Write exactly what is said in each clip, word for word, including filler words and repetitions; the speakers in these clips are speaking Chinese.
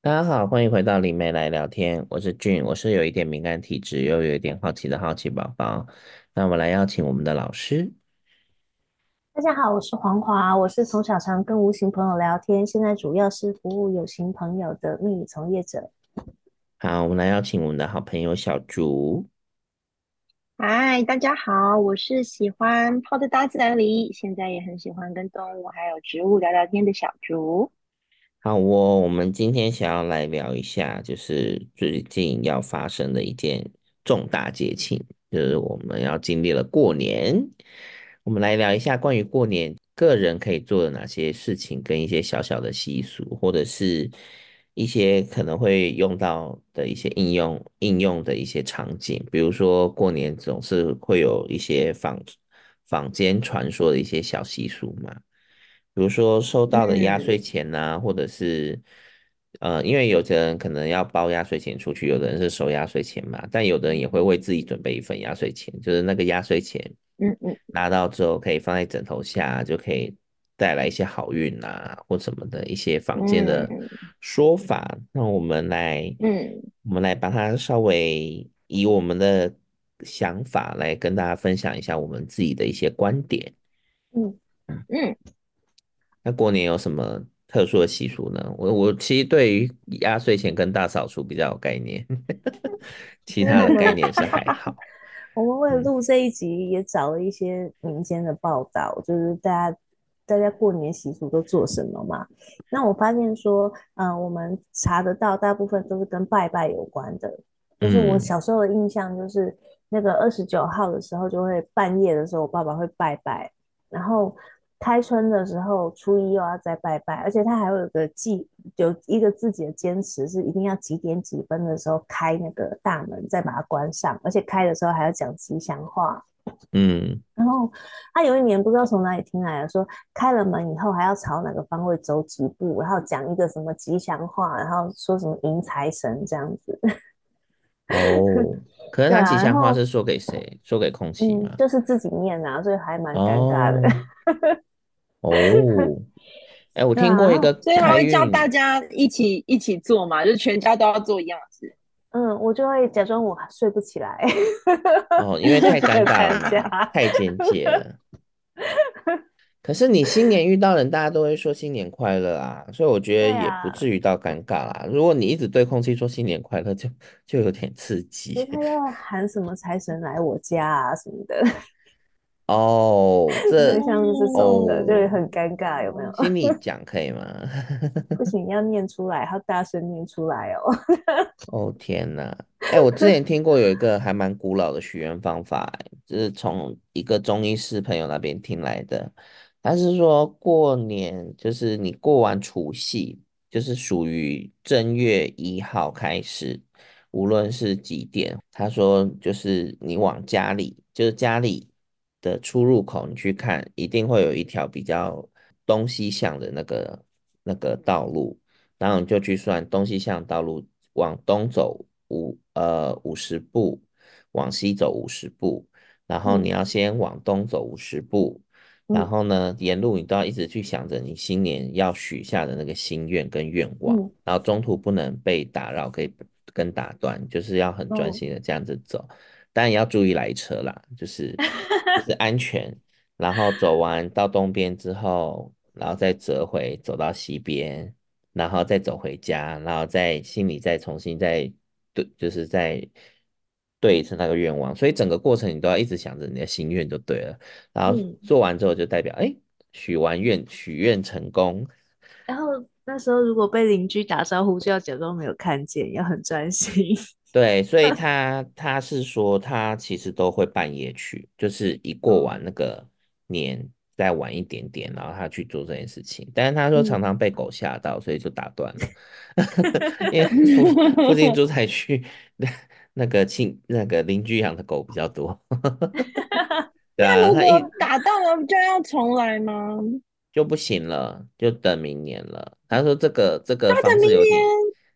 大家好，欢迎回到灵媒来聊天，我是俊，我是有一点敏感体质又有一点好奇的好奇宝宝。那我们来邀请我们的老师。 大家好，我是黄华，我是从小常跟无形朋友聊天，现在主要是服务有形朋友的命理从业者。 好，我们来邀请我们的好朋友小竹。 嗨，大家好，我是喜欢泡在大自然里，现在也很喜欢跟动物还有植物聊聊天的小竹。 好哦，我们今天想要来聊一下，就是最近要发生的一件重大节庆，就是我们要经历了过年。我们来聊一下关于过年个人可以做的哪些事情，跟一些小小的习俗，或者是一些可能会用到的一些应用应用的一些场景。比如说过年总是会有一些坊坊间传说的一些小习俗嘛。比如说收到的压岁嗯钱呐、或者是呃，因为有的人可能要包压岁钱出去，有的人是收压岁钱嘛，但有的人也会为自己准备一份压岁钱，就是那个压岁钱嗯嗯拿到之后可以放在枕头下，就可以带来一些好运啊或什么的一些坊间的嗯说法。那我们来， 嗯我们来把它稍微以我们的想法来跟大家分享一下我们自己的一些观点。 嗯， 嗯， 那过年有什么特殊的习俗呢？我我其实对于压岁钱跟大扫除比较有概念，其因为我们他的概念是还好。 我们为了嗯录这一集，也找了一些民间的报道，就是大家大家过年习俗都做什么嘛。那我发现说，嗯、我们查得到大部分都是跟拜拜有关的。就是我嗯小时候的印象，就是那个二十九号的时候，就会半夜的时候，我爸爸会拜拜，然后开春的时候，初一又要再拜拜，而且他还会有个记，有一个自己的坚持，是一定要几点几分的时候开那个大门，再把它关上，而且开的时候还要讲吉祥话。 嗯， 然后他有一年不知道从哪里听来的，说开了门以后还要朝哪个方位走几步，然后讲一个什么吉祥话，然后说什么迎财神这样子。 哦，可是对啊，然他吉祥话后是说给谁？说给空气嗯， 吗？ 就是自己念啊，所以还蛮尴尬的。 哦哦，哎，我对啊， 听过一个然后所以他会叫开运。 大家一起一起做嘛，就是全家都要做一样的事。 嗯，我就会假装我睡不起来， 哦，因为太没有尴尬了参加。 嘛，太简洁了。可是你新年遇到人，大家都会说新年快乐啊，所以我觉得也不对啊， 至于到尴尬啦。如果你一直对空气说新年快乐就，就有点刺激。 就是他要喊什么财神来我家啊什么的， 哦， 对， 这像是这种的，就哦， 会很尴尬，有没有？ 心里讲可以吗？ 不行，要念出来，要大声念出来哦。 哦天呐，哎，我之前听过有一个还蛮古老的许愿方法，哎就是从一个中医师朋友那边听来的。他是说过年就是你过完除夕，就是属于正月一号开始，无论是几点，他说就是你往家里，就是家里的出入口，你去看，一定会有一条比较东西向的那个那个道路。然后你就去算东西向道路往东走五呃五十步，往西走五十步，然后你嗯要先往东走五十步，然嗯后呢沿路你都要一直去想着你新年要许下的那个心愿跟愿望， 嗯， 然后中途不能被打扰，可以跟打断，就是要很专哦， 心的这样子走，当然也要注意来车啦，就是就是安全。然后走完到东边之后，然后再折回走到西边，然后再走回家，然后再心里再重新再对，就是再对一次那个愿望，所以整个过程你都要一直想着你的心愿就对了。然后嗯， 做完之后就代表，哎，许完愿，许愿成功。 然后那时候如果被邻居打招呼，就要假装没有看见，要很专心。 对，所以他他是说他其实都会半夜去，就是一过完哦， 那个年再晚一点点，然后他去做这件事情。但是他说常常嗯， 被狗吓到，所以就打断了，因为附附近住宅区那那个亲那个邻居养的狗比较多。对啊， 那如果他一打到了，就要重来吗？ 就不行了，就等明年了。他说这个这个大方的明式有点年。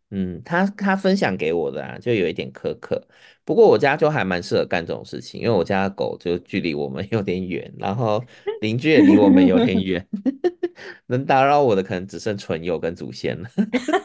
嗯，他他分享给我的啊，就有一点苛刻。不过我家就还蛮适合干这种事情，因为我家的狗就距离我们有点远，然后邻居也离我们有点远，能打扰我的可能只剩唇友跟祖先了。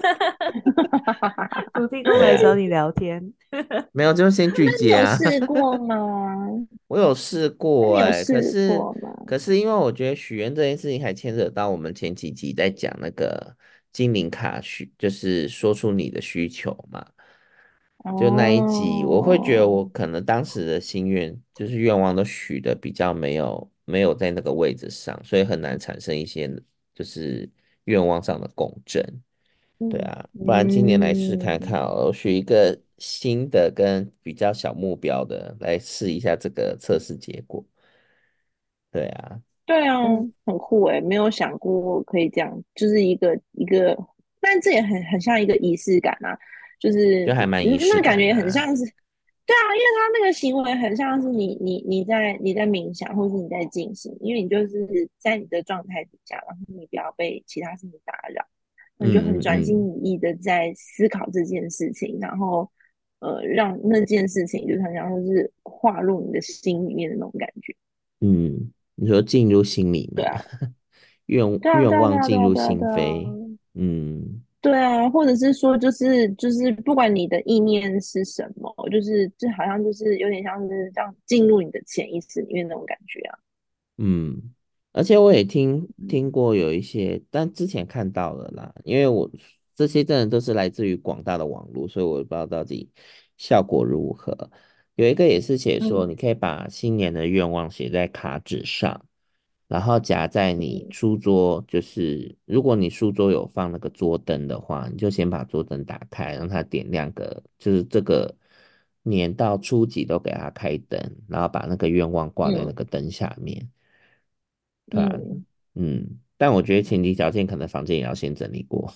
土地公对啊， 来找你聊天。 没有就先拒那你有接啊。 试过吗？ 我有试那你有过哎、可试是过吗？ 可是因为我觉得许愿这件事情还牵扯到我们前几集在讲那个精灵卡许，就是说出你的需求嘛。就那一集，我会觉得哦， 我可能当时的心愿就是愿望都许的比较没有没有在那个位置上，所以很难产生一些就是愿望上的共振。对嗯， 啊，不然今年来试看看嗯， 哦，我许一个新的跟比较小目标的来试一下这个测试结果。对啊， 对啊， 嗯， 很酷诶，没有想过可以这样，就是一个一个，但这也很很像一个仪式感啊，就是就还蛮仪嗯式那感觉也很感的啊。 像是，对啊，因为他那个行为很像是你你你在你在冥想，或是你在进行，因为你就是在你的状态底下，然后你不要被其他事情打扰，那你就很嗯嗯专心嗯一意的在思考这件事情，然后呃，让那件事情就是很像是划入你的心里面的那种感觉。 嗯，你说进入心里嘛， 对啊， 愿对啊，对啊，对愿望啊，对啊， 进入对啊，对啊， 心扉。嗯对啊，或者是说，就是就是不管你的意念是什么，就是就好像就是有点像是这样进入你的潜意识里面那种感觉啊。 嗯，而且我也听听过有一些，但之前看到了啦，因为我这些真的都是来自于广大的网络，所以我也不知道到底效果如何。有一个也是写说， 嗯你可以把新年的愿望写在卡纸上，然后夹在你嗯书桌，就是如果你书桌有放那个桌灯的话，你就先把桌灯打开，让它点亮个，就是这个年到初几都给它开灯，然后把那个愿望挂在那嗯个灯下面。对啊， 嗯， 嗯，但我觉得前提条件可能房间也要先整理过。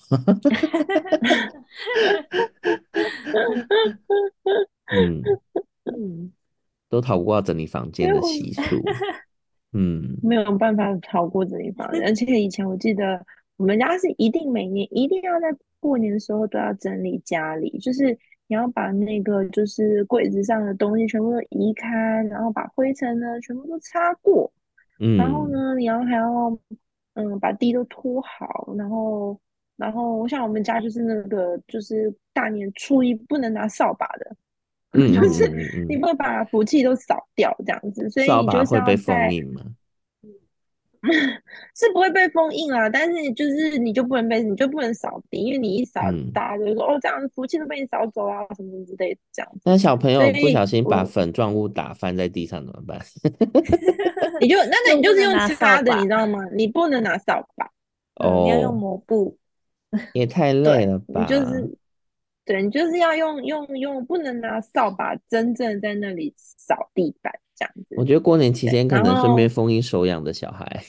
嗯， 嗯， 都逃不过整理房间的因为我习俗。嗯没有办法逃过这一关，而且以前我记得我们家是一定每年一定要在过年的时候都要整理家里，就是你要把那个就是柜子上的东西全部都移开，然后把灰尘呢全部都擦过，然后嗯呢，你要还要嗯把地都拖好，然后然后像我们家就是那个就是大年初一不能拿扫把的， 嗯就是嗯嗯嗯嗯， 你不能把福气都扫掉这样子，所以扫你就是把会被要在封印吗？ 是不会被封印啦，但是就是你就不能被你就不能扫地，因为你一扫， 嗯， 大家就会说哦这样福气都被你扫走啊什么什么之类的这样子， 那小朋所友不小以心把我粉状物打翻在地上怎么办？ 你就那那又你就是用不能拿扫擦的，你把。 知道吗？你不能拿扫把， 嗯，你要用哦， 抹布。 也太累对了你就吧！ 是对你就是要用用用，不能拿扫把真正在那里扫地板这样子， 我觉得过年期对， 间可能顺便然后。 封印收养的小孩。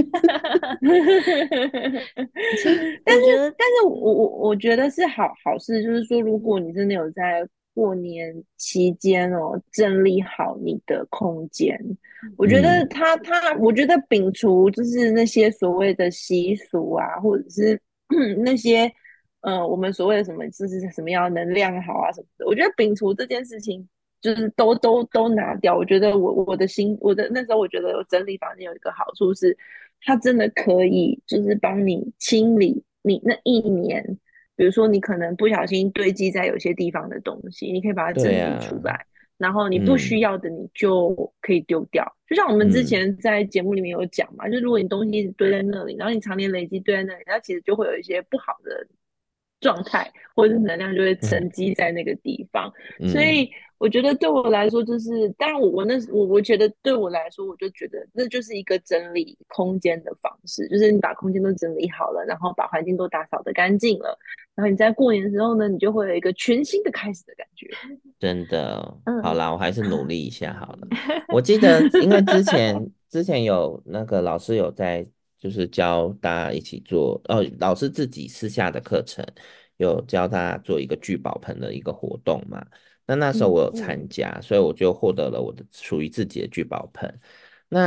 其实但是， 我觉得， 但是我嗯我我觉得是好好事，就是说，如果你真的有在过年期间哦，整理好你的空间，我觉得嗯他他，我觉得摒除就是那些所谓的习俗啊，或者是那些呃，我们所谓的什么就是什么样能量好啊什么的，我觉得摒除这件事情。就是都都都拿掉，我觉得我我的心，我的那时候我觉得我整理房间有一个好处是，它真的可以就是帮你清理你那一年，比如说你可能不小心堆积在有些地方的东西，你可以把它整对啊， 理出来，然后你不需嗯要的你就可以丢掉。就像我们之嗯前在节目里面有讲嘛，就如果你东西一直堆在那里，然后你常年累积堆在那里，它其实就会有一些不好的状态或者是能量就会沉嗯积在那个地方。所嗯， 以我觉得对我来说，就是当然我我那我我觉得对我来说，我就觉得那就是一个整理空间的方式，就是你把空间都整理好了，然后把环境都打扫的干净了，然后你在过年的时候呢，你就会有一个全新的开始的感觉。 真的，好嗯， 啦，我还是努力一下好了。我记得，因为之前之前有那个老师有在，就是教大家一起做，哦，老师自己私下的课程有教大家做一个聚宝盆的一个活动嘛。那那时候我有参嗯加，所以我就获得了我的属于自己的聚宝盆。那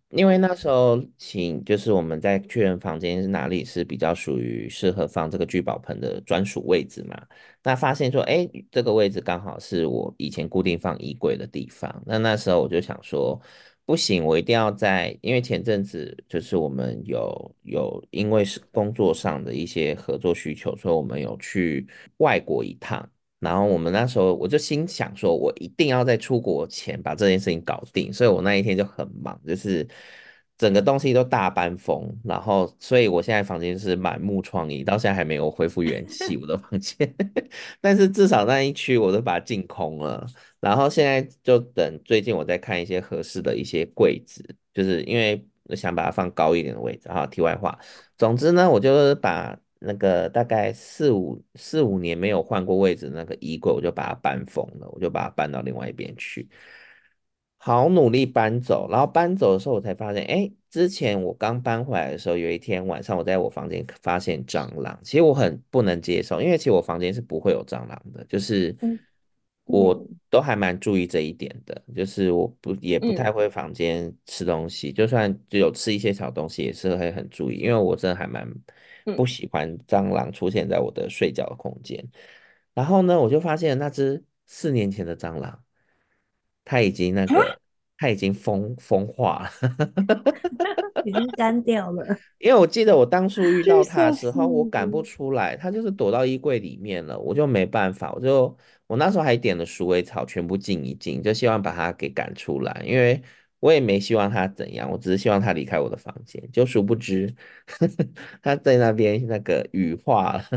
因为那时候请就是我们在确认房间是哪里是比较属于适合放这个聚宝盆的专属位置嘛，那发现说，哎，这个位置刚好是我以前固定放衣柜的地方。那那时候我就想说，不行，我一定要在，因为前阵子就是我们有有因为是工作上的一些合作需求，所以我们有去外国一趟。然后我们那时候我就心想说，我一定要在出国前把这件事情搞定，所以我那一天就很忙，就是整个东西都大搬风，然后所以我现在房间是满目疮痍，到现在还没有恢复元气，我的房间，但是至少那一区我都把它净空了，然后现在就等最近我在看一些合适的一些柜子，就是因为想把它放高一点的位置。好，题外话。总之呢，我就是把那个大概四五四五年没有换过位置的那个衣柜，我就把它搬疯了，我就把它搬到另外一边去。好努力搬走，然后搬走的时候，我才发现，哎，之前我刚搬回来的时候，有一天晚上我在我房间发现蟑螂，其实我很不能接受，因为其实我房间是不会有蟑螂的，就是嗯我嗯都还蛮注意这一点的，就是我不也不太嗯会房间吃东西，就算就有吃一些小东西，也是会很注意，因为我真的还蛮不嗯喜欢蟑螂出现在我的睡觉的空间。然后呢，我就发现那只四年前的蟑螂。它已经那啊， 个，它已经风风化了。 已经干掉了。 因为我记得我当初遇到它的时 Jesus， 候，我赶不出来，它就是躲到衣柜里面了，我就没办法，我就我那时候还点了鼠尾草，全部浸一浸，就希望把它给赶出来，因为我也没希望它怎样，我只是希望它离开我的房间，就殊不知它在那边那个羽化了。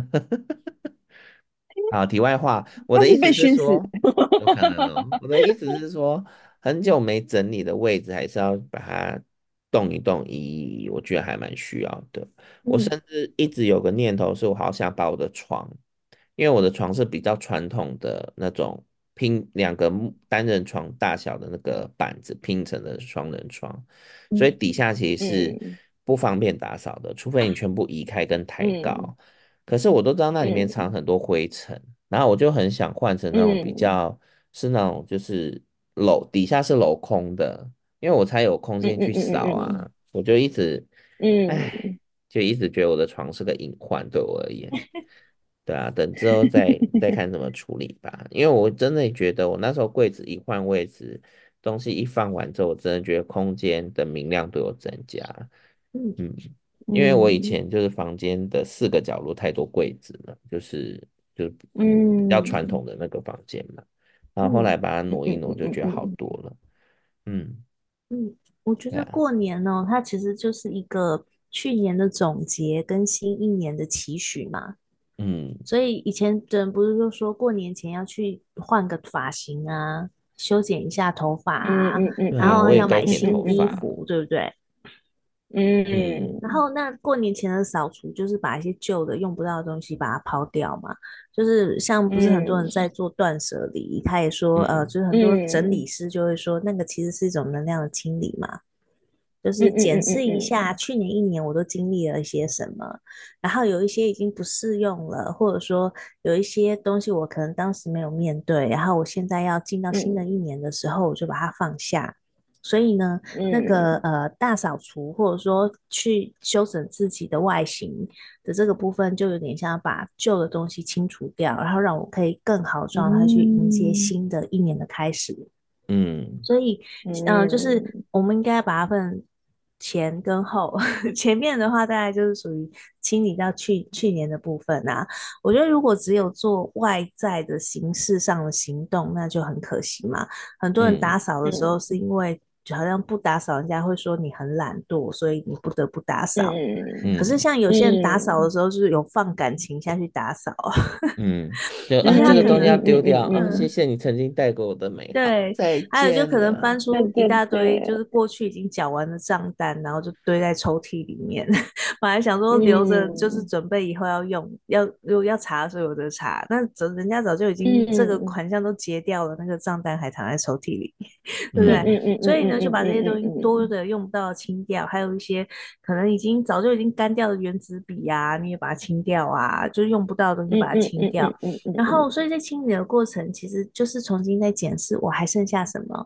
好，题外话，我他是的意思被熏死。 是说，有可能哦。我的意思是说，很久没整理的位置，还是要把它动一动、移一移，我觉得还蛮需要的。我嗯甚至一直有个念头，是我好想把我的床，因为我的床是比较传统的那种拼两个木单人床大小的那个板子拼成的双人床，所以嗯底下其实是嗯不方便打扫的，除非你全部移开跟抬嗯高。可是我都知道那里面藏嗯很多灰尘，然后我就很想换成那种比嗯较是那种就是镂底下是镂空的，因为我才有空间去嗯嗯嗯扫啊。 嗯我就一直，唉， 嗯就一直觉得我的床是个隐患对我而言。对啊，等之后再再看怎么处理吧。因为我真的觉得我那时候柜子一换位置，东西一放完之后，我真的觉得空间的明亮都有增加。 嗯嗯，因为我以嗯前就是房间的四个角落太多柜子了，就是就是比较传嗯统的那个房间嘛，然后后来嗯把它嗯嗯挪一挪，就觉得好嗯多了。嗯， 嗯，我觉对啊， 得过年呢，它其实就是一个去年的总结跟新一年的期许嘛。 嗯所以以前的人不是就说过年前要去换个发型啊，修剪一下头发啊， 嗯嗯嗯对啊， 然后我也要买新该剪头发。 衣服，对不对？ 嗯然后那过年前的扫除就是把一些旧的用不到的东西把它抛掉嘛，就是像不是很多人在做断舍离，他也说呃， 嗯就是很多整理嗯师就会说那个其实是一种能量的清理嘛，就是嗯嗯检视一嗯嗯下去年一年我都经历了一些什么，然后有一些已经不适用了，或者说有一些东西我可能当时没有面对，然后我现在要进到新的一年的时候，我就把它放下。所以呢，那个嗯呃大扫除或者说去修整自己的外形的这个部分，就有点像把旧的东西清除掉，然后让我可以更好的状态去迎接嗯新的一年的开始。 嗯所以，嗯、呃就是嗯我们应该把它分前跟后。前面的话，大概就是属于清理到去去年的部分啊。我觉得如果只有做外在的形式上的行动，那就很可惜嘛。很多人嗯打扫的时候是因为就好像不打扫，人家会说你很懒惰，所以你不得不打扫。 嗯可是嗯像有些人打扫的嗯时候，就是有放感情下去打扫。 嗯，就就是啊， 他这个东西要可能， 丢掉啊，谢嗯， 谢你曾经带给我的美好， 对， 再还有就可能见了。 翻出一对对大堆，就对， 是过去已经缴完的账单，然后就堆在抽屉里面。本来想说留着，就是嗯准备以后要用，要如果要查的时候有的查。那早人家早就已经这个嗯款项都结掉了，那个账单还藏在抽屉里，对不嗯对？ 嗯嗯嗯所以呢，就嗯嗯把这些东西多嗯的用不到的清掉，还有一些可能已经早就已经干掉的原子笔啊，你也把它清掉啊，就是用不到的东西就把它嗯嗯清掉。 嗯嗯嗯嗯然后， 嗯所以在清理的过程，其实就是重新在检视我还剩下什么。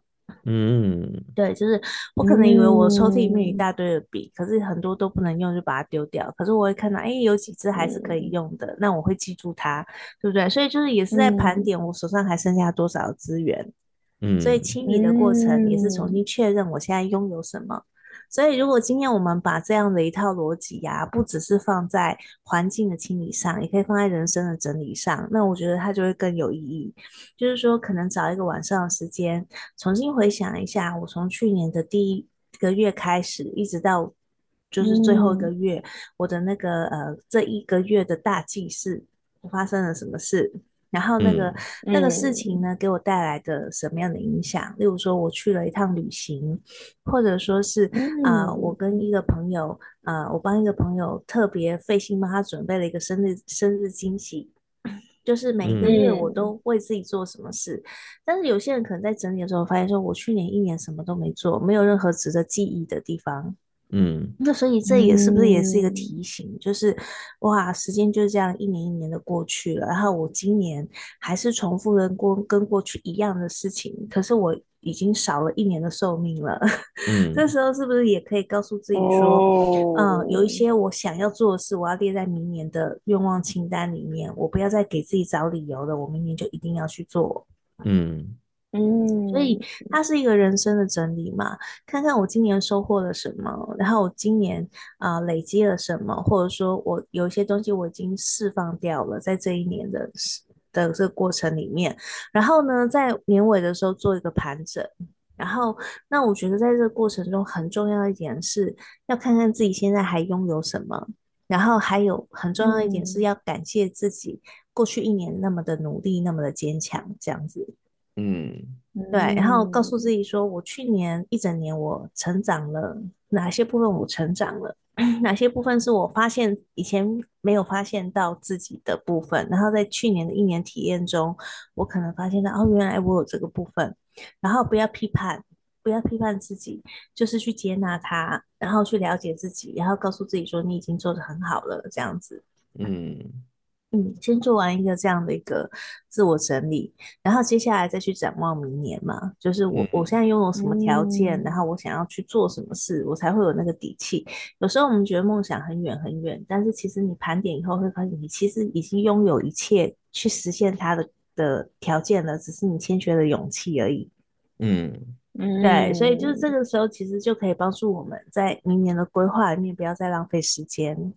嗯对，就是我可能以为我抽屉里面有一嗯大堆的笔，可是很多都不能用，就把它丢掉。可是我会看到，哎，有几支还是可以嗯用的，那我会记住它，对不对？所以就是也是在盘嗯点我手上还剩下多少资源。所以嗯清理的过程也是重嗯新确认我现在拥有什么。所以如果今天我们把这样的一套逻辑呀、不只是放在环境的清理上，也可以放在人生的整理上，那我觉得它就会更有意义。就是说，可能找一个晚上的时间，重新回想一下，我从去年的第一个月开始，一直到就是最后一个嗯月，我的那个呃这一个月的大记事，我发生了什么事。然后那个嗯那个事情嗯呢，给我带来的什么样的影响？例如说，我去了一趟旅行，或者说是啊、呃我嗯跟一个朋友，啊、我帮一个朋友特别费心帮他准备了一个生日生日惊喜。就是每一个月嗯我嗯都为自己做什么事，但是有些人可能在整理的时候发现说，我去年一年什么都没做，没有任何值得记忆的地方。 嗯那所以这也是不是也是一个嗯提醒，就是哇，时间就这样一年一年的过去了，然后我今年还是重复的过跟过去一样的事情，可是我已经少了一年的寿命了。这嗯时候是不是也可以告诉自己说，嗯，有一哦些我想要做的事，我要列在明年的愿望清单里面，我不要再给自己找理由了，我明年就一定要去做。 嗯所以嗯它是一个人生的整理嘛，看看我今年收获了什么，然后我今年啊、呃累积了什么，或者说我有一些东西我已经释放掉了，在这一年的时的这个过程里面，然后呢，在年尾的时候做一个盘整。然后，那我觉得在这个过程中很重要一点是要看看自己现在还拥有什么，然后还有很重要一点是嗯要感谢自己过去一年那么的努力，那么的坚强，这样子。 嗯对，然后告诉嗯自己说，我去年一整年我成长了，哪些部分我成长了，哪些部分是我发现以前没有发现到自己的部分，然后在去年的一年体验中，我可能发现到哦，原来我有这个部分，然后不要批判，不要批判自己，就是去接纳它，然后去了解自己，然后告诉自己说你已经做得很好了，这样子。 嗯嗯，先做完一个这样的一个自我整理，然后接下来再去展望明年嘛，就是我我现嗯在拥有什么条件，然后嗯我想要去做什么事，我才会有那个底气。有时候我们觉得梦想很远很远，但是其实你盘点以后会发现，你其实已经拥有一切去实现它的的条件了，只是你欠缺了勇气而已。 嗯对，所以就是这嗯个时候其实就可以帮助我们在明年的规划里面不要再浪费时间。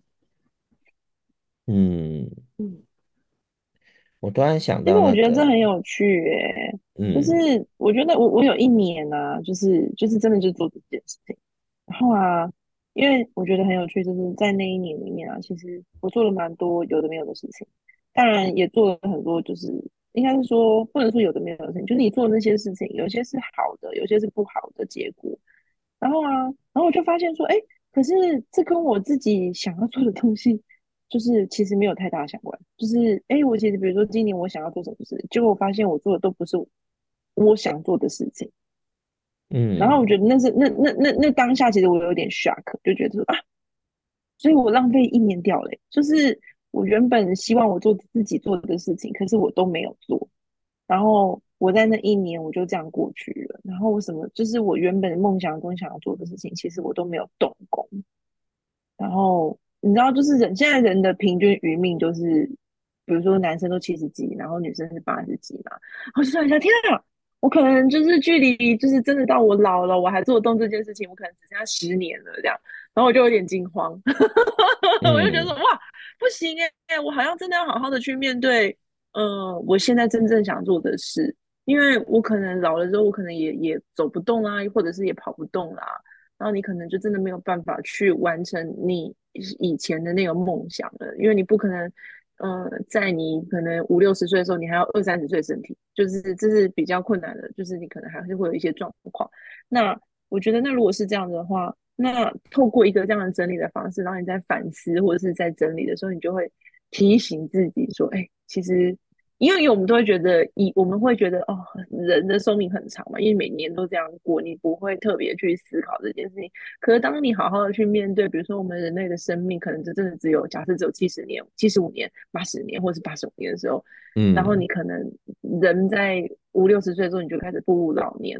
嗯， 嗯我突然想其实我到那个， 觉得这很有趣诶，就是嗯我觉得我我有一年啊，就是就是真的就做这件事情，然后啊，因为我觉得很有趣，就是在那一年里面啊，其实我做了蛮多有的没有的事情，当然也做了很多，就是应该是说不能说有的没有的事情，就是你做的那些事情，有些是好的，有些是不好的结果，然后啊，然后我就发现说，哎，可是这跟我自己想要做的东西，就是其实没有太大的相关。就是，哎，我其实比如说今年我想要做什么事，结果我发现我做的都不是我想做的事情。然后我嗯觉得那是那那那那当下，其实我有点 shock，就觉得说啊，所以我浪费一年掉了欸，就是我原本希望我做自己做的事情，可是我都没有做。然后我在那一年我就这样过去了。然后我什么，就是我原本梦想中想要做的事情，其实我都没有动工。然后你知道，就是人现在人的平均余命就是，比如说男生都七十几，然后女生是八十几嘛。然后就想一下，天啊，我可能就是距离就是真的到我老了，我还做得动这件事情，我可能只剩下十年了这样。然后我就有点惊慌，我就觉得说嗯哇，不行哎、欸，我好像真的要好好的去面对，呃，我现在真正想做的事，因为我可能老了之后，我可能也也走不动啦，或者是也跑不动啦。然后你可能就真的没有办法去完成你以前的那个梦想了，因为你不可能，呃，在你可能五六十岁的时候，你还要二三十岁身体，就是这是比较困难的，就是你可能还是会有一些状况。那我觉得，那如果是这样的话，那透过一个这样的整理的方式，然后你在反思或者是在整理的时候，你就会提醒自己说，哎，其实因为我们都会觉得，以我们会觉得哦，人的寿命很长嘛，因为每年都这样过，你不会特别去思考这件事情。可是当你好好的去面对，比如说我们人类的生命，可能就真的只有假设只有七十年、七十五年、八十年，或是八十五年的时候，然后你嗯可能人在五六十岁的时候，你就开始步入老年了。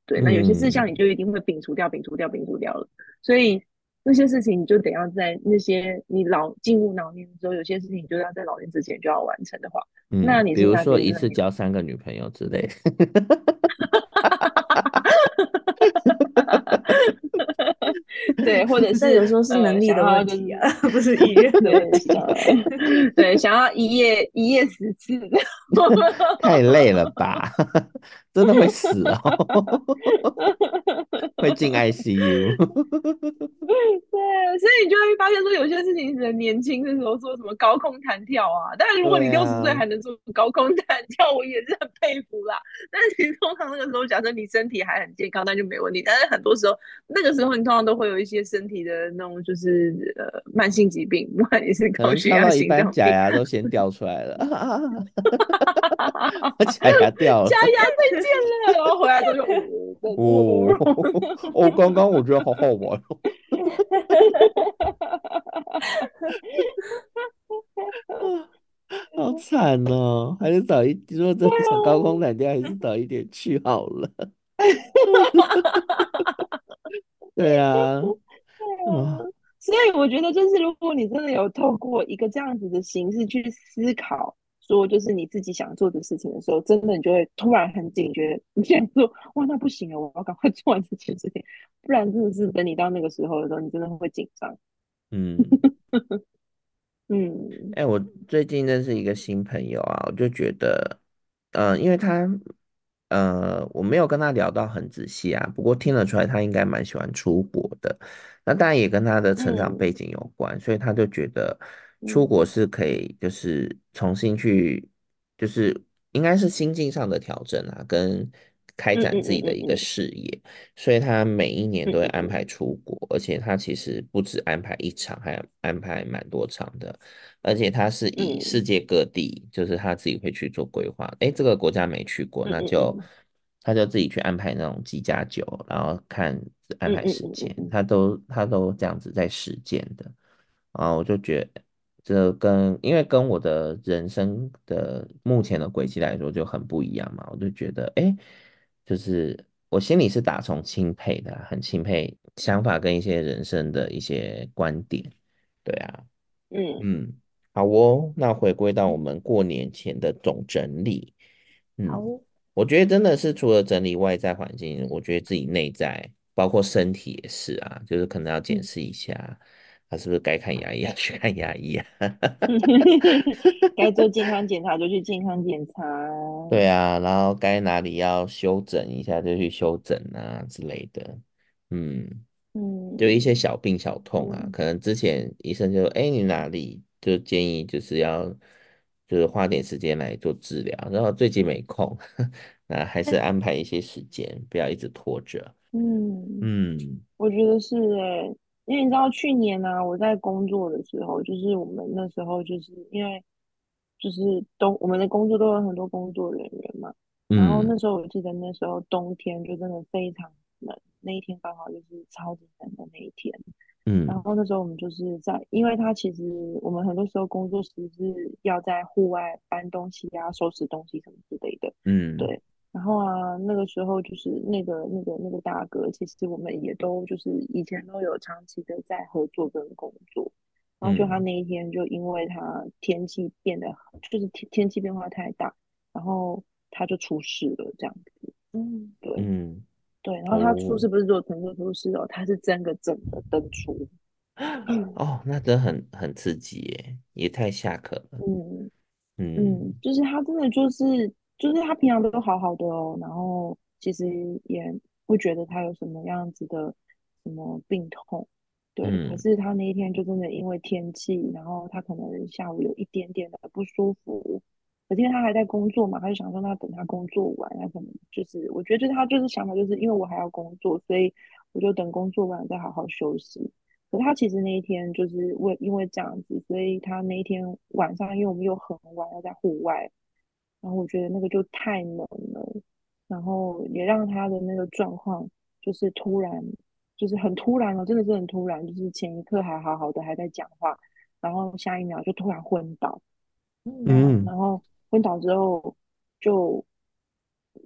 对，那有些事项嗯， 你就一定会摒除掉、摒除掉、摒除掉了。所以那些事情你就得要在那些你老进入老年之后，有些事情你就要在老年之前就要完成的话，那嗯， 你剩比如说下就是你一次交三个女朋友之类的。 对，或者是那有时候是呃能力的想要就是问题啊，不是意愿的问对想题。 对想要一夜一夜十次的。 太累了吧？真的会死哦，会进 I C U。 对，所以你就会发现说，有些事情人年轻的时候说什么高空弹跳啊，但是如果你对六十岁啊， 还能做高空弹跳，我也是很佩服啦。但是其实通常那个时候，假设你身体还很健康，那就没问题。但是很多时候，那个时候你通常都会有一些身体的那种就是呃慢性疾病，不管你是可高血压、 能跳到一心脏病， 半假牙都先掉出来了，啊，我假牙掉了。 假牙再见了，然后回来之后就呜呜呜。 哦，哦，刚刚我觉得好好玩哦。好惨哦，还是早一，如果真的想高空弹跳，还是早一点去好了。对啊，嗯所以我觉得，就是如果你真的有透过一个这样子的形式去思考，说就是你自己想做的事情的时候，真的你就会突然很警觉，你现在说哇，那不行啊，我要赶快做完这件事情，不然真的是等你到那个时候的时候，你真的会紧张。 嗯。 嗯哎，我最近认识一个新朋友啊，我就觉得，嗯、因为他，呃，我没有跟他聊到很仔细啊，不过听得出来他应该蛮喜欢出国的。那当然也跟他的成长背嗯景有关，所以他就觉得出国嗯是可以，就是重新去，就是应该是心境上的调整啊，跟开嗯嗯展自己的一个嗯嗯嗯事业。所以他每一年嗯都会安排嗯嗯出国，而且他其实不止安排一场，还安排蛮多场的。而且他是以世嗯界各地，就是他自己会去做规划。诶，这个国家没去过， 嗯那就嗯嗯他就自己去安排那种机加酒，然后看安嗯嗯排时间， 嗯嗯他都他都这样子在实践的。然后我就觉得这跟因为跟我的人生的目前的轨迹来说就很不一样嘛，我就觉得诶，就是我心里是打从钦佩的啊很钦佩想法跟一些人生的一些观点，对啊。 嗯嗯，好哦，那回归到我们过年前的总整理，嗯， 好， 我觉得真的是除了整理外在环境，我觉得自己内在，包括身体也是啊，就是可能要检嗯， 视一下，他是不是该看牙医要去看牙医啊。 该做健康检查就去健康检查。 对啊，然后该哪里要修整一下就去修整啊之类的，嗯。就一些嗯小病小痛啊， 嗯可能之前医生就哎你哪里就建议就是要就是花点时间来做治疗，然后最近没空，那还是安排一些时间，不要一直拖着。 嗯， 嗯我觉得是诶，因为你知道去年呢、我在工作的时候，就是我们那时候就是因为就是都我们的工作都有很多工作人员嘛，然后嗯那时候我记得那时候冬天就真的非常冷，那一天刚好就是超级冷的那一天，然嗯后那时候我们就是在，因为他其实我们很多时候工作时是要在户外搬东西啊、收拾东西什么之类的， 嗯对。然后啊，那个时候就是那个那个那个大哥，其实我们也都就是以前都有长期的在合作跟工作，然后就他嗯那一天就因为他天气变得就是天天气变化太大，然后他就出事了这样子， 嗯， 对嗯， 对，然后他出哦事不是只有纯粹出事哦，他是真的整个灯出。 哦，那真的很很刺激耶，也太下课了。 嗯嗯， 嗯就是他真的就是就是他平常都好好的哦，然后其实也不觉得他有什么样子的什么病痛，对，可嗯是他那一天就真的因为天气，然后他可能下午有一点点的不舒服，可是因为他还在工作嘛，他就想说那等他工作完，他可能就是我觉得就是他就是想法就是因为我还要工作，所以我就等工作完再好好休息。可是他其实那一天就是为因为这样子，所以他那一天晚上，因为我们又很晚要在户外，然后我觉得那个就太冷了，然后也让他的那个状况就是突然，就是很突然哦，真的是很突然，就是前一刻还好好的还在讲话，然后下一秒就突然昏倒，那嗯然后昏倒之后就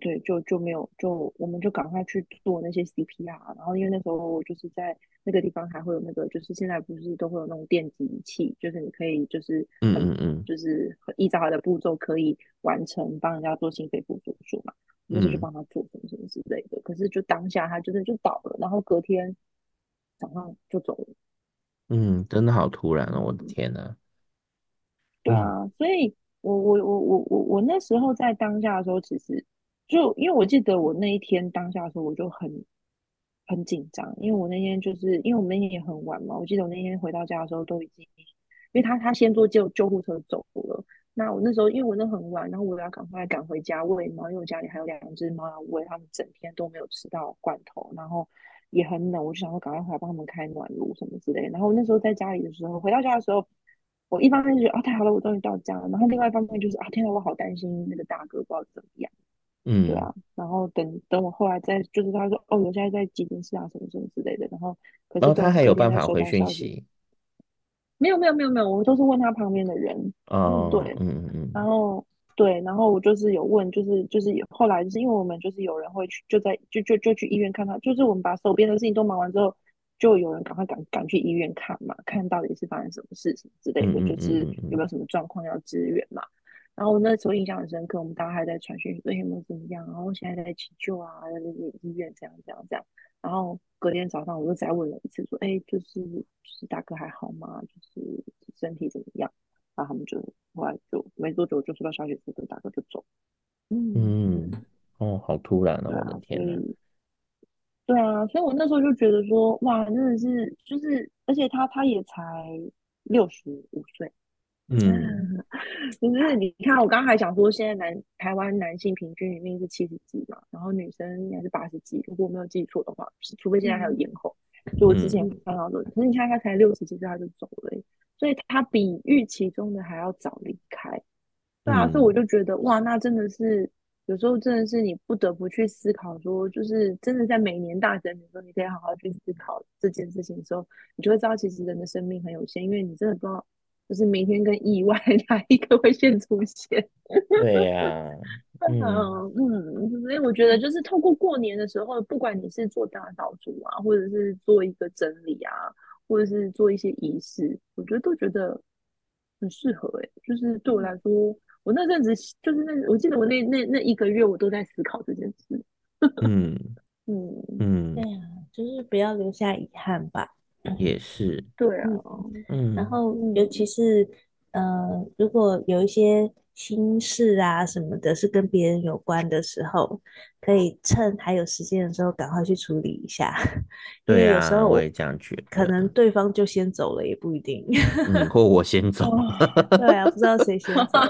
对，就就没有，就我们就赶快去做那些 C P R，然后因为那时候我就是在那个地方还会有那个，就是现在不是都会有那种电子仪器，就是你可以就是嗯很嗯嗯就是很依照它的步骤可以完成帮人家做心肺复苏术嘛，那时候就嗯帮他做什么什么之类的，可是就当下他真的就倒了，然后隔天早上就走了。 嗯，真的好突然哦，我的嗯， 天呐。嗯对啊，所以我我我我我我那时候在当下的时候，其实就因为我记得我那一天当下的时候，我就很很紧张，因为我那天就是因为我们那天也很晚嘛，我记得我那天回到家的时候都已经，因为他他先坐救救护车走了，那我那时候因为我那很晚，然后我要赶快赶回家喂猫，因为我家里还有两只猫要喂，它们整天都没有吃到罐头，然后也很冷，我就想说赶快回来帮它们开暖炉什么之类的。然后那时候在家里的时候，回到家的时候，我一方面就觉得啊太好了，我终于到家了，然后另外一方面就是啊天呐，我好担心那个大哥不知道怎么样。对嗯， 啊，然后等等我后来再就是他说哦，我现在在急诊室啊，什么什么之类的。然后可是然后他还有等隔天再办法回收到消息， 讯息。 没有没有没有没有，我都是问他旁边的人。嗯， 哦， 对， 嗯嗯然后对，然后我就是有问，就是就是有后来就是因为我们就是有人会去就在就就就去医院看他，就是我们把手边的事情都忙完之后，就有人赶快赶赶去医院看嘛，看到底是发生什么事情之类的， 嗯嗯就是有没嗯嗯有什么状况要支援嘛。然后那时候印象很深刻，我们大家还在传讯说，哎有没有怎么样？然后现在在急救啊，在那个医院这样这样这样。然后隔天早上我又再问了一次，说，哎，就是就是大哥还好吗？就是身体怎么样？然后他们就后来就没多久就收到消息说，这个大哥就走。嗯嗯嗯， 嗯， 哦，好突然哦，我的对啊，所天呐。 以对啊，所以我那时候就觉得说，哇，真的是就是，而且他他也才六十五岁。 嗯就是你看，我刚刚还讲说，现在男台湾男性平均年龄是七十几嘛，然后女生应该是八十几，如果我没有记错的话，除非现在还有嗯延后。就我之前嗯看到的，可是你看他才六十几岁他就走了欸，所以他比预期中的还要早离开。对啊，所以我嗯就觉得哇，那真的是有时候真的是你不得不去思考说，就是真的在每年大整理的时候，你可以好好去思考这件事情的时候，你就会知道其实人的生命很有限，因为你真的不知道，就是明天跟意外哪一个会先出现。 对呀。嗯嗯嗯，所以我觉得就是透过过年的时候，不管你是做大扫除啊，或者是做一个整理啊，或者是做一些仪式，我觉得都觉得很适合诶、就是对我来说，我那阵子就是那，我记得我那那那一个月我都在思考这件事。 嗯嗯， 嗯， 对啊，就是不要留下遗憾吧。 也是。 对啊， 嗯，然嗯后尤其嗯， 是呃，如果有一些心事啊什么的，是跟别人有关的时候，可以趁还有时间的时候赶快去处理一下，因为有时对呀， 候我我也这样觉可能得。 对方就先走了，也不一定。 嗯，或我先走。 哦， 对啊，不知道谁先走。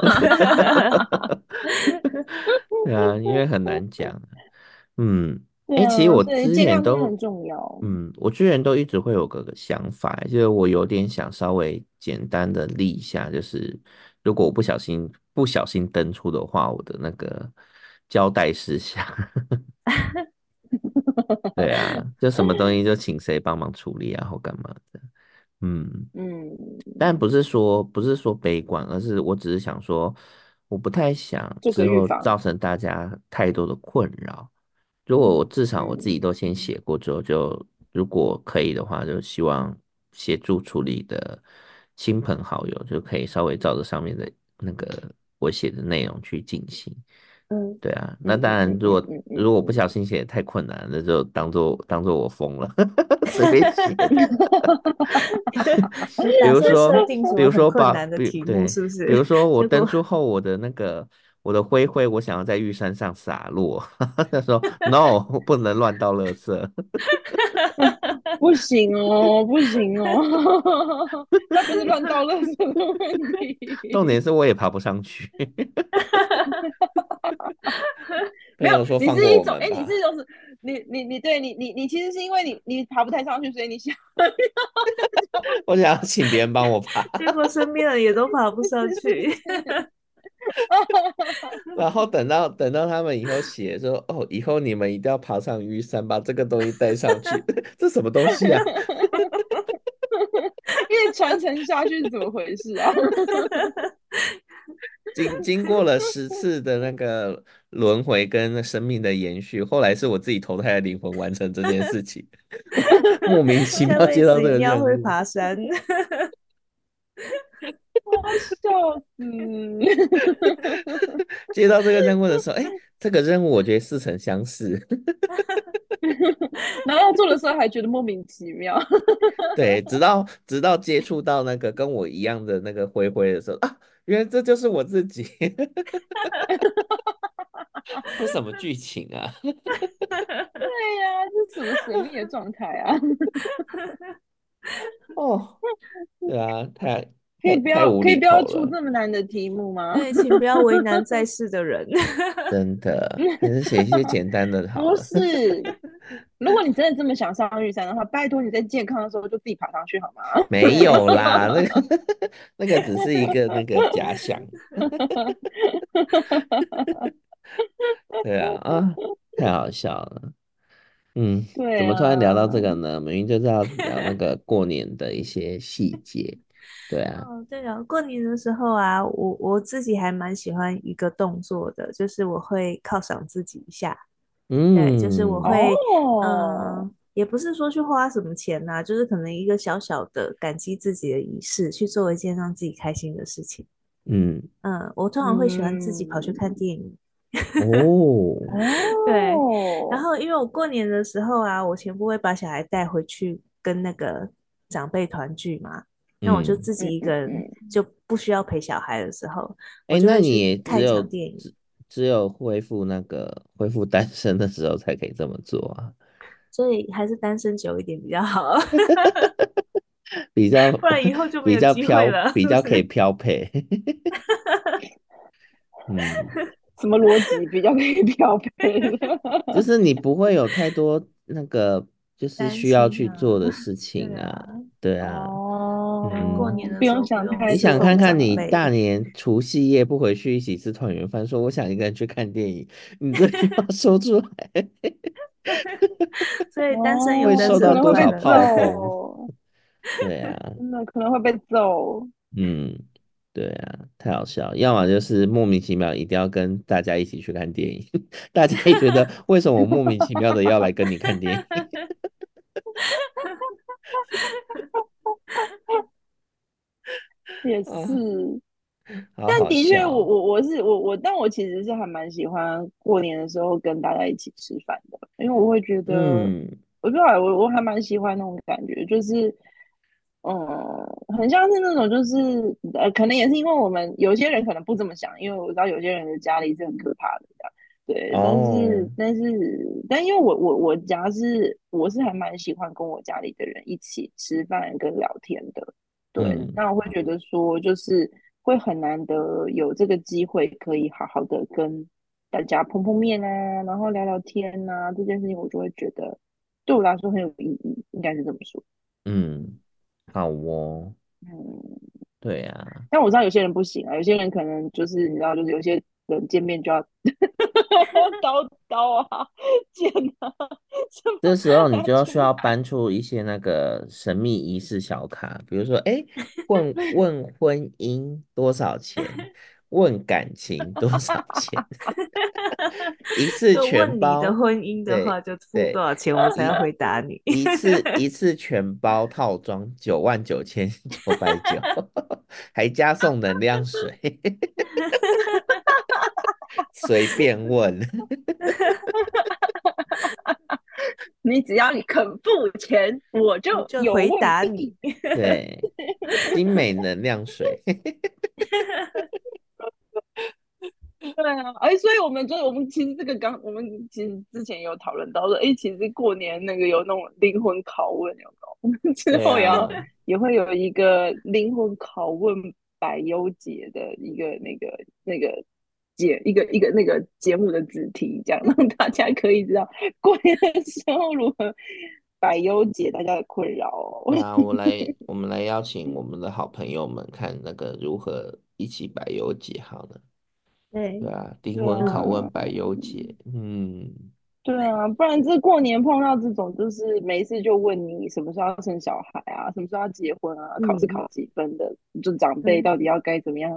对啊，因为很难讲。嗯，哎、其实对啊，所以我之健前都， 康真的很重要。 嗯，我之前都一直会有个想法，就是我有点想稍微简单的立一下，就是如果我不小心不小心登出的话，我的那个交代事项。对啊，就什么东西就请谁帮忙处理啊，或干嘛的。嗯。但嗯， 不是说不是说悲观，而是我只是想说，我不太想做个之后预防。 造成大家太多的困扰。如果我至少我自己嗯都先写过之后，就如果可以的话，就希望协助处理的亲朋好友就可以稍微照着上面的那个我写的内容去进行。 嗯， 对啊，那嗯当然， 嗯嗯如果嗯嗯嗯如果不小嗯。 心写得太困难，那就当做当做我疯了。随便写。 是比打算设如说，比如定什么很说把， 困难的题目， 比对， 是不是？ 比如说我结果登出后，我的那个我的灰灰，我想要在玉山上洒落。他说 no，不能乱倒垃圾。 不行哦，不行哦，那不是乱倒垃圾的问重点题。 是我也爬不上去。朋没有， 友说放过你是一种，哎，你是我们吧。 一种是，你你你对你你你其实是因为你你爬不太上去，所以你想， 我想要请别人帮我爬。 结果身边人也都爬不上去。 然后等到等到他们以后写说，哦，以后你们一定要爬上玉山，把这个东西带上去。这什么东西啊？ 因为传承下去是怎么回事啊？ 经经过了十次的那个轮回跟生命的延续，后来是我自己投胎的灵魂完成这件事情，莫名其下妙接到这个辈子一定要会任务。 爬山。 我要笑死！ 接到这个任务的时候，哎，这个任务我觉得似曾相识。 然后要做的时候还觉得莫名其妙。 对，直到直到接触到那个跟我一样的那个灰灰的时候啊，原来这就是我自己。这什么剧情啊？ 对呀、这是什么神秘的状态啊？ 哦，对啊，太可以太不要可以太无厘不要出头了， 这么难的题目吗？ 对，请不要为难在世的人。 真的，还是写一些简单的好不了。 是，如果你真的这么想上玉山的话，拜托你在健康的时候就自己爬上去好吗？ 没有啦，那个那个只是一个那个假想。对啊，啊，太好笑了。嗯，怎对么突然聊到啊， 这个呢？明明就是要聊那个过年的一些细节。对啊， 哦，对了，过年的时候啊，我我自己还蛮喜欢一个动作的，就是我会犒赏自己一下。对，就是我嗯会， 哦， 嗯、也不是说去花什么钱呐、就是可能一个小小的感激自己的仪式，去做一件让自己开心的事情。 嗯， 嗯，我通常会喜欢自己跑去看嗯， 电影。 哦， 对，然哦， 后因为我过年的时候啊，我全部会把小孩带回去跟那个长辈团聚嘛，那我就嗯， 自己嗯一个人嗯嗯， 就不需要陪小孩的时候，我哎， 就会去那你也只看一有场电影。 只只有恢复那个恢复单身的时候才可以这么做啊， 所以还是单身久一点比较好， 比较不然以后就没比有机会较飘， 了，是不比较可以是？ 飘配。嗯。 什么逻辑比较可以标配的？ 就是你不会有太多那个就是担需要心啊， 去做的事情啊， 对啊， 对啊， 对，过嗯， 年哦，不的时候不用想用侍太多。 你想看奉看你大长辈， 年除夕夜不回去一起吃团圆饭，说我想一个人去看电影，你这句话说出来所以单身有会哦， 单身的受到多可能会被快乐。 少炮轰？ 揍， 对啊， 真的可能会被揍。 嗯，对啊，太好笑了，要么就是莫名其妙一定要跟大家一起去看电影，大家也觉得为什么我莫名其妙的要来跟你看电影？ 也啊， 是， 好好但的确我， 笑哦。 我我是我我，但我其实是还蛮喜欢过年的时候跟大家一起吃饭的，因为我会觉得， 嗯我不知道，我我还蛮喜欢那种感觉，就是，嗯，很像是那种，就是呃，可能也是因为我们有些人可能不这么想，因为我知道有些人的家里是很可怕的，这样，对，但哦， 是但是但因为我我我家是我是还蛮喜欢跟我家里的人一起吃饭跟聊天的。对， 嗯那我会觉得说，就是会很难得有这个机会，可以好好的跟大家碰碰面啊，然后聊聊天啊，这件事情我就会觉得对我来说很有意义，应该是这么说。 嗯，好哦， 嗯， 对呀， 但我知道有些人不行啊，有些人可能就是你知道，就是有些人见面就要叨叨啊、见啊什么， 这时候你拿就要需要出来。 搬出一些那个神秘仪式小卡，比如说，哎，问问婚姻多少钱，问感情多少钱，一次就问你的全包， 婚姻的话， 对就付多对， 少钱我才要一回答你。 一次一次全包套装九万九千九百九，还加送能量水，随便问。 你只要你肯付钱，我就我就回有问答你。 题。 对，精美能量水。 对啊，哎，所以我们就我们其实这个刚我们其实之前有讨论到说，哎，其实过年那个有那种灵魂拷问，有没有？我们之对后也要啊， 也会有一个灵魂拷问百忧解的一个那个那个节一个一个那个节目的主题，这样让大家可以知道过年的时候如何百忧解大家的困扰哦。 对啊，我来，我们来邀请我们的好朋友们看那个如何一起百忧解好了。对对， 啊，灵对魂拷问啊， 百忧解。嗯， 对啊，不然这过年碰到这种，就是没事就问你什么时候要生小孩啊，什么时候要结婚啊，考试嗯， 考几分的，就长辈对， 到底要该怎么样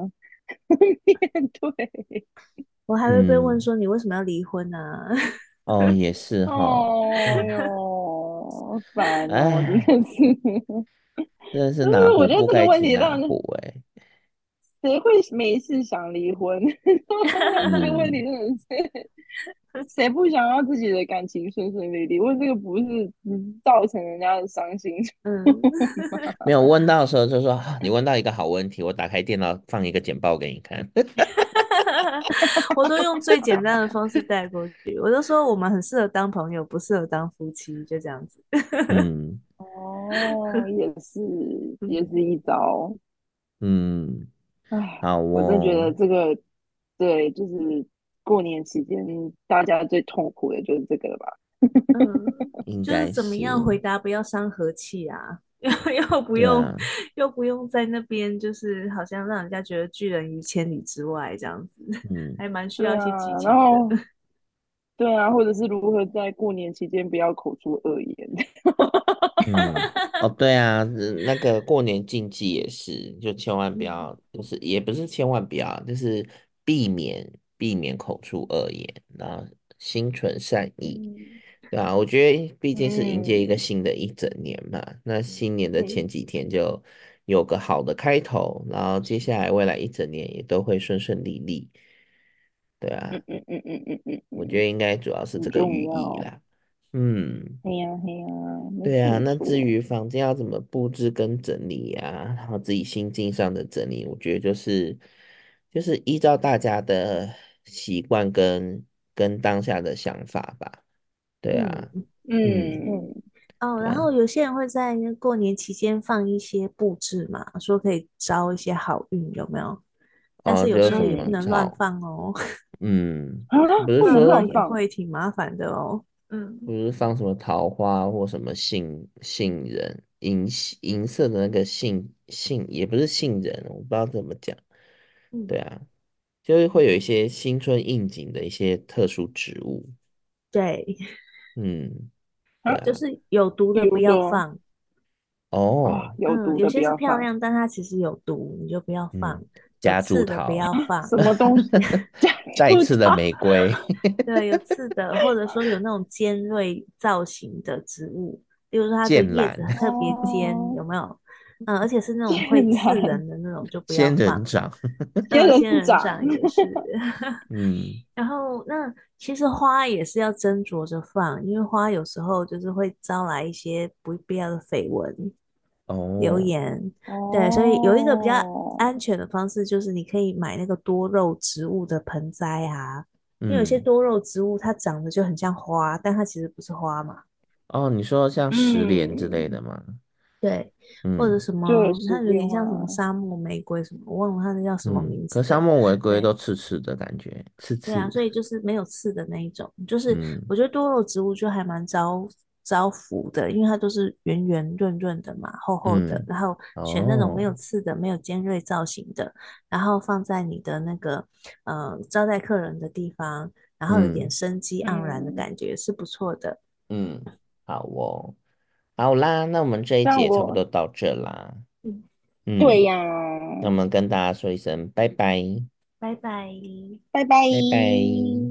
面对。 我还会被问嗯， 说你为什么要离婚啊？ 哦，也是哈， 哦哟，烦哦，真哎， 的是。 真的是但哪壶是我觉得这个不该提问题让哪壶哎。 谁会没事想离婚？问这个问题嗯， 真的是，谁不想要自己的感情顺顺利利？问这个不是嗯造成人家的伤心。 嗯， 没有问到的时候就说，啊你问到一个好问题，我打开电脑放一个简报给你看。 我都用最简单的方式带过去。我就说我们很适合当朋友，不适合当夫妻，就这样子。 嗯哦，也是，也嗯是一招。 嗯， 唉， 好我真的觉哦， 得这个，对，就是过年期间大家最痛苦的就是这个了吧？ 嗯，就是应该怎么样是， 回答不要伤和气啊，又又不用对啊， 又不用在那边就是好像让人家觉得拒人于千里之外这样子， 嗯。 还蛮需要一些技对啊，然巧的。 后对啊，或者是如何在过年期间不要口出恶言。 嗯，哦，对啊，呃那个过年禁忌也是，就千万不嗯要，就是也不是千万不要，就是避免避免口出恶言，然后心存善意， 嗯， 对啊，我觉得毕竟是迎接一个嗯新的一整年嘛，那新年的前对， 几天就有个好的开头，然后接下来未来一整年也都会顺顺利利，对啊， 嗯嗯嗯嗯嗯嗯我觉嗯， 得应该主要是这很个寓重要。 意啦，嗯。 嘿呀嘿呀，没对啊， 错那至错。 于房间要怎么布置跟整理呀、然后自己心境上的整理，我觉得就是就是依照大家的习惯跟跟当下的想法吧。对啊， 嗯。对， 嗯， 嗯， 哦，然后对啊， 有些人会在那过年期间放一些布置嘛，说可以招一些好运，有没有？但哦， 是有时候也不就是什么能乱草， 放哦， 嗯， 啊， 不是不能这样子说乱放。 也会挺麻烦的哦。嗯不是放什么桃花或什么杏杏仁银银色的那个杏杏，也不是杏仁，我不知道怎么讲。对嗯， 啊，就是会有一些新春应景的一些特殊植物。 对， 嗯，对啊， 啊， 就是有毒比的不如说要放。 哦， 啊，有嗯， 毒的不有些是要放。 漂亮，但它其实有毒，你就不要放。 嗯， 有夹竹刺的不桃， 要放。 什么东西？假带刺的葡萄。 玫瑰， 对，有刺的，或者说有那种尖锐造型的植物，例如说它的叶子剑兰， 特别尖， 哦， 有没有？嗯，而且是那种会天然刺人的那种就不要仙人放。 掌， 仙嗯，仙人掌。 人掌也是。 嗯， 然后那其实花也是要斟酌着放，因为花有时候就是会招来一些不必要的绯闻、流哦， 言。对，所以有一个比较安哦， 全的方式，就是你可以买那个多肉植物的盆栽啊，因为有些嗯， 多肉植物它长得就很像花，但它其实不是花嘛。 哦，你说像石莲之类嗯， 的吗？ 对，或者嗯什对， 么，它有是变化。 点像什么沙漠玫瑰什么，我忘了它那叫什么嗯， 名字的。 可沙漠玫瑰都对， 刺刺的感觉，刺对啊， 刺的， 所以就是没有刺的那一种，就是嗯我觉得多肉植物就还蛮招招福的，因为它都是圆圆润润的嘛，厚厚的， 嗯， 然后选那种没哦， 有刺的、没有尖锐造型的，然后放在你的那个呃招待客人的地方，然后有点嗯生机盎然的嗯， 感觉，是不错的。 嗯，好哦，好啦，那我们这一集也差不像我， 多到这啦。 嗯， 嗯， 对呀， 那我们跟大家说一声拜拜， 拜拜。 拜拜。 拜拜。